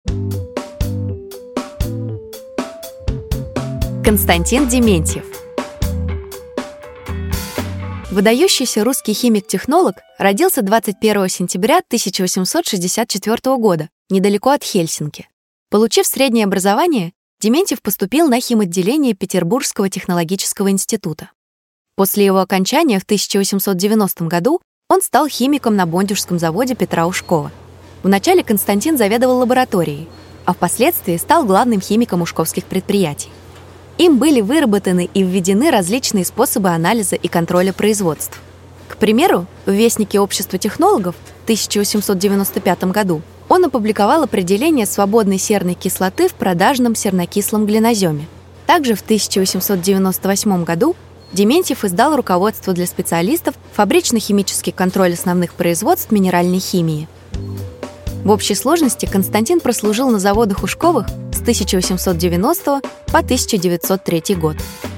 Константин Дементьев. Выдающийся русский химик-технолог родился 21 сентября 1864 года, недалеко от Хельсинки. Получив среднее образование, Дементьев поступил на химотделение Петербургского технологического института. После его окончания в 1890 году он стал химиком на Бондюжском заводе Петра Ушкова. Вначале Константин заведовал лабораторией, а впоследствии стал главным химиком ушковских предприятий. Им были выработаны и введены различные способы анализа и контроля производств. К примеру, в Вестнике общества технологов в 1895 году он опубликовал определение свободной серной кислоты в продажном сернокислом глиноземе. Также в 1898 году Дементьев издал руководство для специалистов «Фабрично-химический контроль основных производств минеральной химии». В общей сложности Константин прослужил на заводах Ушковых с 1890 по 1903 год.